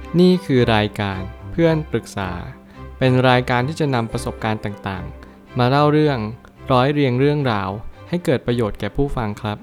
นี่คือรายการเพื่อนปรึกษาเป็นรายการที่จะนำประสบการณ์ต่างๆมาเล่าเรื่องร้อยเรียงเรื่องราวให้เกิดประโยชน์แก่ผู้ฟังครับ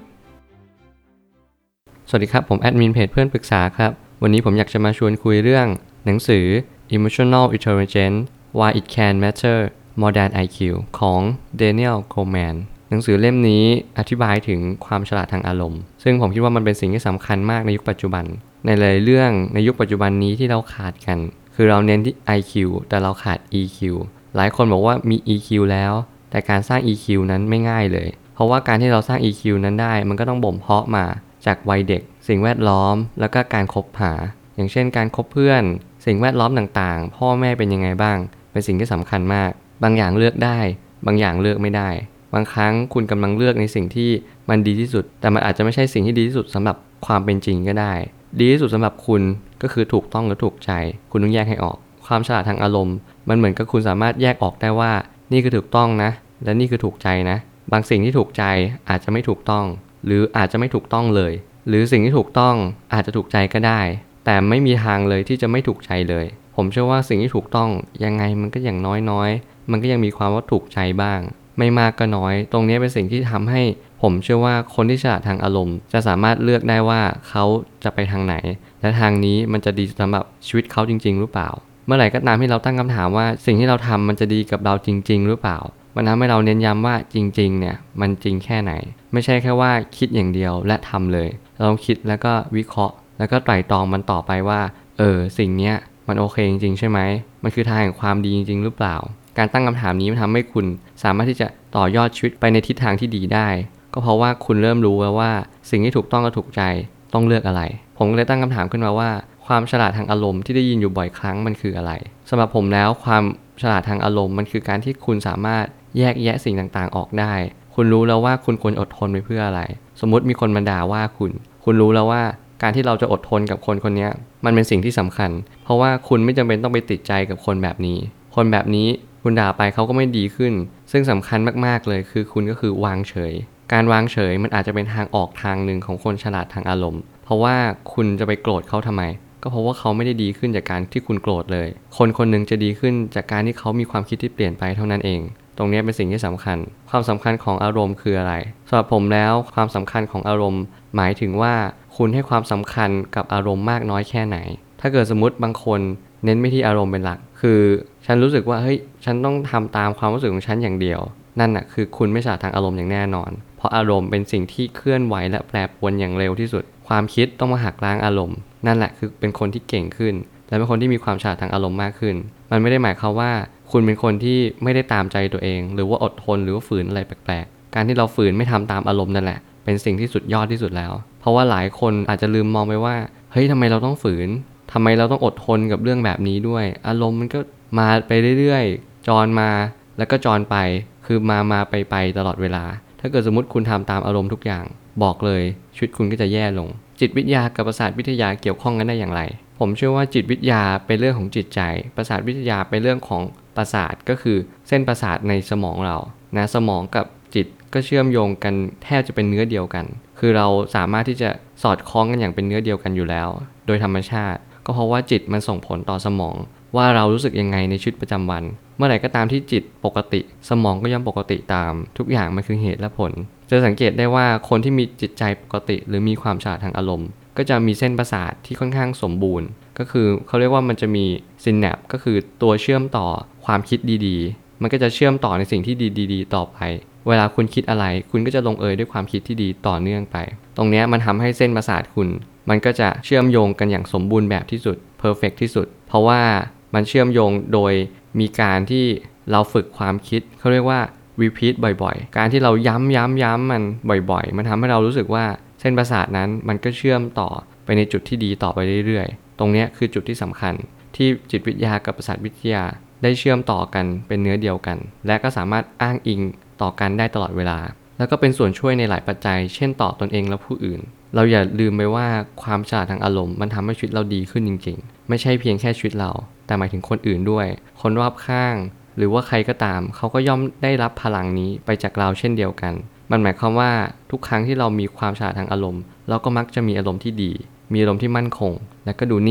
สวัสดีครับผมแอดมินเพจเพื่อนปรึกษาครับวันนี้ผมอยากจะมาชวนคุยเรื่องหนังสือ Emotional Intelligence Why It Can Matter More Than IQ ของ Daniel Goleman หนังสือเล่มนี้อธิบายถึงความฉลาดทางอารมณ์ซึ่งผมคิดว่ามันเป็นสิ่งที่สำคัญมากในยุคปัจจุบันในหลายเรื่องในยุคปัจจุบันนี้ที่เราขาดกันคือเราเน้นที่ IQ แต่เราขาด EQ หลายคนบอกว่ามี EQ แล้วแต่การสร้าง EQ นั้นไม่ง่ายเลยเพราะว่าการที่เราสร้าง EQ นั้นได้มันก็ต้องบ่มเพาะมาจากวัยเด็กสิ่งแวดล้อมแล้วก็การคบหาอย่างเช่นการคบเพื่อนสิ่งแวดล้อมต่างๆพ่อแม่เป็นยังไงบ้างเป็นสิ่งที่สำคัญมากบางอย่างเลือกได้บางอย่างเลือกไม่ได้บางครั้งคุณกำลังเลือกในสิ่งที่มันดีที่สุดแต่มันอาจจะไม่ใช่สิ่งที่ดีที่สุดสำหรับความเป็นจริงก็ได้ดีที่สุดสำหรับคุณก็คือถูกต้องหรือถูกใจคุณต้องแยกให้ออกความฉลาดทางอารมณ์มันเหมือนกับคุณสามารถแยกออกได้ว่านี่คือถูกต้องนะและนี่คือถูกใจนะบางสิ่งที่ถูกใจอาจจะไม่ถูกต้องหรืออาจจะไม่ถูกต้องเลยหรือสิ่งที่ถูกต้องอาจจะถูกใจก็ได้แต่ไม่มีทางเลยที่จะไม่ถูกใจเลยผมเชื่อว่าสิ่งที่ถูกต้องยังไงมันก็อย่างน้อยมันก็ยังมีความว่าถูกใจบ้างไม่มากก็น้อยตรงนี้เป็นสิ่งที่ทำให้ผมเชื่อว่าคนที่ฉลาดทางอารมณ์จะสามารถเลือกได้ว่าเขาจะไปทางไหนและทางนี้มันจะดีสำหรับชีวิตเขาจริงๆหรือเปล่าเมื่อไหร่ก็ตามที่เราตั้งคำถามว่าสิ่งที่เราทำมันจะดีกับเราจริงๆหรือเปล่ามันทำให้เราเน้นย้ำว่าจริงๆเนี่ยมันจริงแค่ไหนไม่ใช่แค่ว่าคิดอย่างเดียวและทำเลยเราต้องคิดแล้วก็วิเคราะห์แล้วก็ไตร่ตรองมันต่อไปว่าสิ่งเนี้ยมันโอเคจริงๆใช่ไหมมันคือทางแห่งความดีจริงๆหรือเปล่าการตั้งคำถามนี้มันทำให้คุณสามารถที่จะต่อยอดชีวิตไปในทิศทางที่ดีได้ก็เพราะว่าคุณเริ่มรู้แล้วว่าสิ่งที่ถูกต้องกับถูกใจต้องเลือกอะไรผมก็เลยตั้งคำถามขึ้นมาว่าความฉลาดทางอารมณ์ที่ได้ยินอยู่บ่อยครั้งมันคืออะไรสำหรับผมแล้วความฉลาดทางอารมณ์มันคือการที่คุณสามารถแยกแยะสิ่งต่างๆออกได้คุณรู้แล้วว่าคุณควรอดทนไปเพื่ออะไรสมมุติมีคนมาด่าว่าคุณรู้แล้วว่าการที่เราจะอดทนกับคนคนนี้มันเป็นสิ่งที่สำคัญเพราะว่าคุณไม่จำเป็นต้องไปติดใจกับคนแบบนี้คนแบบนี้คุณด่าไปเขาก็ไม่ดีขึ้นซึ่งสำคัญมากๆเลยคือคุณก็คือวางเฉยการวางเฉยมันอาจจะเป็นทางออกทางหนึ่งของคนฉลาดทางอารมณ์เพราะว่าคุณจะไปโกรธเขาทำไมก็เพราะว่าเขาไม่ได้ดีขึ้นจากการที่คุณโกรธเลยคนคนหนึ่งจะดีขึ้นจากการที่เขามีความคิดที่เปลี่ยนไปเท่านั้นเองตรงนี้เป็นสิ่งที่สำคัญความสำคัญของอารมณ์คืออะไรสำหรับผมแล้วความสำคัญของอารมณ์หมายถึงว่าคุณให้ความสำคัญกับอารมณ์มากน้อยแค่ไหนถ้าเกิดสมมติบางคนเน้นไปที่อารมณ์เป็นหลักคือฉันรู้สึกว่าเฮ้ยฉันต้องทำตามความรู้สึกของฉันอย่างเดียวนั่นน่ะคือคุณไม่ฉลาดทางอารมณ์อย่างแน่นอนเพราะอารมณ์เป็นสิ่งที่เคลื่อนไหวและแปรปรวนอย่างเร็วที่สุดความคิดต้องมาหักล้างอารมณ์นั่นแหละคือเป็นคนที่เก่งขึ้นและเป็นคนที่มีความฉลาดทางอารมณ์มากขึ้นมันไม่ได้หมายความว่าคุณเป็นคนที่ไม่ได้ตามใจตัวเองหรือว่าอดทนหรือว่าฝืนอะไรแปลกๆการที่เราฝืนไม่ทำตามอารมณ์นั่นแหละเป็นสิ่งที่สุดยอดที่สุดแล้วเพราะว่าหลายคนอาจจะลืมมองไปว่าเฮ้ยทำไมเราต้องฝืนทำไมเราต้องอดทนกับเรื่องแบบนี้ด้วยอารมณ์มันก็มาไปเรื่อยๆจรมาแล้วก็จรไปคือมาไปตลอดเวลาถ้าเกิดสมมติคุณทำตามอารมณ์ทุกอย่างบอกเลยชีวิตคุณก็จะแย่ลงจิตวิทยากับประสาทวิทยาเกี่ยวข้องกันได้อย่างไรผมเชื่อว่าจิตวิทยาเป็นเรื่องของจิตใจประสาทวิทยาเป็นเรื่องของประสาทก็คือเส้นประสาทในสมองเรานะสมองกับจิตก็เชื่อมโยงกันแทบจะเป็นเนื้อเดียวกันคือเราสามารถที่จะสอดคล้องกันอย่างเป็นเนื้อเดียวกันอยู่แล้วโดยธรรมชาติก็เพราะว่าจิตมันส่งผลต่อสมองว่าเรารู้สึกยังไงในชีวิตประจำวันเมื่อไหร่ก็ตามที่จิตปกติสมองก็ย่อมปกติตามทุกอย่างมันคือเหตุและผลจะสังเกตได้ว่าคนที่มีจิตใจปกติหรือมีความฉลาดทางอารมณ์ก็จะมีเส้นประสาทที่ค่อนข้างสมบูรณ์ก็คือเขาเรียกว่ามันจะมีซินแนปก็คือตัวเชื่อมต่อความคิดดีๆมันก็จะเชื่อมต่อในสิ่งที่ดีๆต่อไปเวลาคุณคิดอะไรคุณก็จะลงเอยด้วยความคิดที่ดีต่อเนื่องไปตรงนี้มันทำให้เส้นประสาทคุณมันก็จะเชื่อมโยงกันอย่างสมบูรณ์แบบที่สุดเพอร์เฟคที่สุดเพราะว่ามันเชื่อมโยงโดยมีการที่เราฝึกความคิดเขาเรียกว่า repeat บ่อยๆการที่เราย้ำมันบ่อยๆมันทำให้เรารู้สึกว่าเส้นประสาทนั้นมันก็เชื่อมต่อไปในจุดที่ดีต่อไปเรื่อยๆตรงนี้คือจุดที่สำคัญที่จิตวิทยากับประสาทวิทยาได้เชื่อมต่อกันเป็นเนื้อเดียวกันและก็สามารถอ้างอิงต่อกันได้ตลอดเวลาแล้วก็เป็นส่วนช่วยในหลายปัจจัยเช่นต่อตนเองและผู้อื่นเราอย่าลืมไปว่าความฉลาดทางอารมณ์มันทำให้ชีวิตเราดีขึ้นจริงๆไม่ใช่เพียงแค่ชีวิตเราแต่หมายถึงคนอื่นด้วยคนรอบข้างหรือว่าใครก็ตามเขาก็ย่อมได้รับพลังนี้ไปจากเราเช่นเดียวกันมันหมายความว่าทุกครั้งที่เรามีความฉลาดทางอารมณ์เราก็มักจะมีอารมณ์ที่ดีมีอารมณ์ที่มั่นคงและก็ดูนิ่ง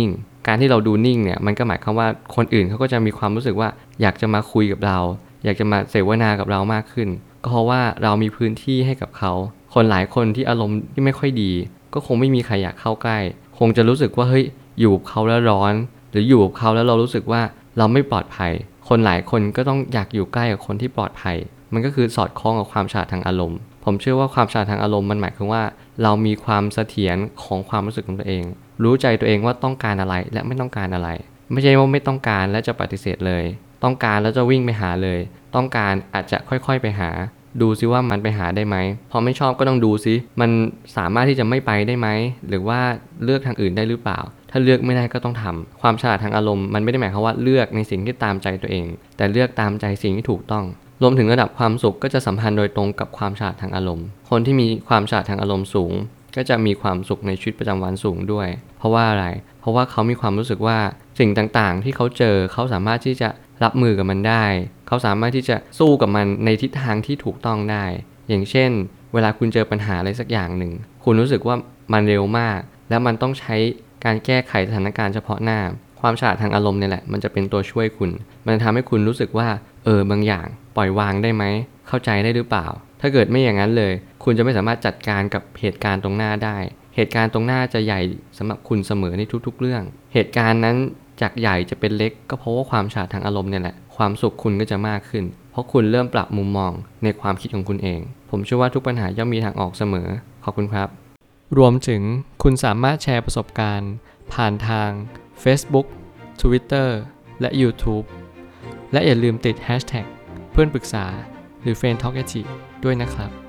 การที่เราดูนิ่งเนี่ยมันก็หมายความว่าคนอื่นเขาก็จะมีความรู้สึกว่าอยากจะมาคุยกับเราอยากจะมาเสวนากับเรามากขึ้นก็เพราะว่าเรามีพื้นที่ให้กับเขาคนหลายคนที่อารมณ์ที่ไม่ค่อยดีก็คงไม่มีใครอยากเข้าใกล้คงจะรู้สึกว่าเฮ้ยอยู่กับเขาแล้วร้อนหรืออยู่กับเขาแล้วเรารู้สึกว่าเราไม่ปลอดภัยคนหลายคนก็ต้องอยากอยู่ใกล้กับคนที่ปลอดภัยมันก็คือสอดคล้องกับความฉลาดทางอารมณ์ผมเชื่อว่าความฉลาดทางอารมณ์มันหมายความว่าเรามีความเสถียรของความรู้สึกของตัวเองรู้ใจตัวเองว่าต้องการอะไรและไม่ต้องการอะไรไม่ใช่ว่าไม่ต้องการและจะปฏิเสธเลยต้องการแล้วจะวิ่งไปหาเลยต้องการอาจจะค่อยๆไปหาดูซิว่ามันไปหาได้ไหมพอไม่ชอบก็ต้องดูซิมันสามารถที่จะไม่ไปได้ไหมหรือว่าเลือกทางอื่นได้หรือเปล่าถ้าเลือกไม่ได้ก็ต้องทำความฉลาดทางอารมณ์มันไม่ได้หมายความว่าเลือกในสิ่งที่ตามใจตัวเองแต่เลือกตามใจสิ่งที่ถูกต้องรวมถึงระดับความสุขก็จะสัมพันธ์โดยตรงกับความฉลาดทางอารมณ์คนที่มีความฉลาดทางอารมณ์สูงก็จะมีความสุขในชีวิตประจำวันสูงด้วยเพราะว่าอะไรเพราะว่าเขามีความรู้สึกว่าสิ่งต่างๆที่เขาเจอเขาสามารถที่จะรับมือกับมันได้เขาสามารถที่จะสู้กับมันในทิศทางที่ถูกต้องได้อย่างเช่นเวลาคุณเจอปัญหาอะไรสักอย่างหนึ่งคุณรู้สึกว่ามันเร็วมากแล้วมันต้องใช้การแก้ไขสถานการณ์เฉพาะหน้าความฉลาดทางอารมณ์เนี่ยแหละมันจะเป็นตัวช่วยคุณมันทำให้คุณรู้สึกว่าบางอย่างปล่อยวางได้ไหมเข้าใจได้หรือเปล่าถ้าเกิดไม่อย่างนั้นเลยคุณจะไม่สามารถจัดการกับเหตุการณ์ตรงหน้าได้เหตุการณ์ตรงหน้าจะใหญ่สำหรับคุณเสมอในทุกๆเรื่องเหตุการณ์นั้นจากใหญ่จะเป็นเล็กก็เพราะว่าความฉลาดทางอารมณ์เนี่ยแหละความสุขคุณก็จะมากขึ้นเพราะคุณเริ่มปรับมุมมองในความคิดของคุณเองผมเชื่อว่าทุกปัญหาย่อมมีทางออกเสมอขอบคุณครับรวมถึงคุณสามารถแชร์ประสบการณ์ผ่านทาง Facebook Twitter และ YouTube และอย่าลืมติด Hashtag เพื่อนปรึกษาหรือ Friend Talk ด้วยนะครับ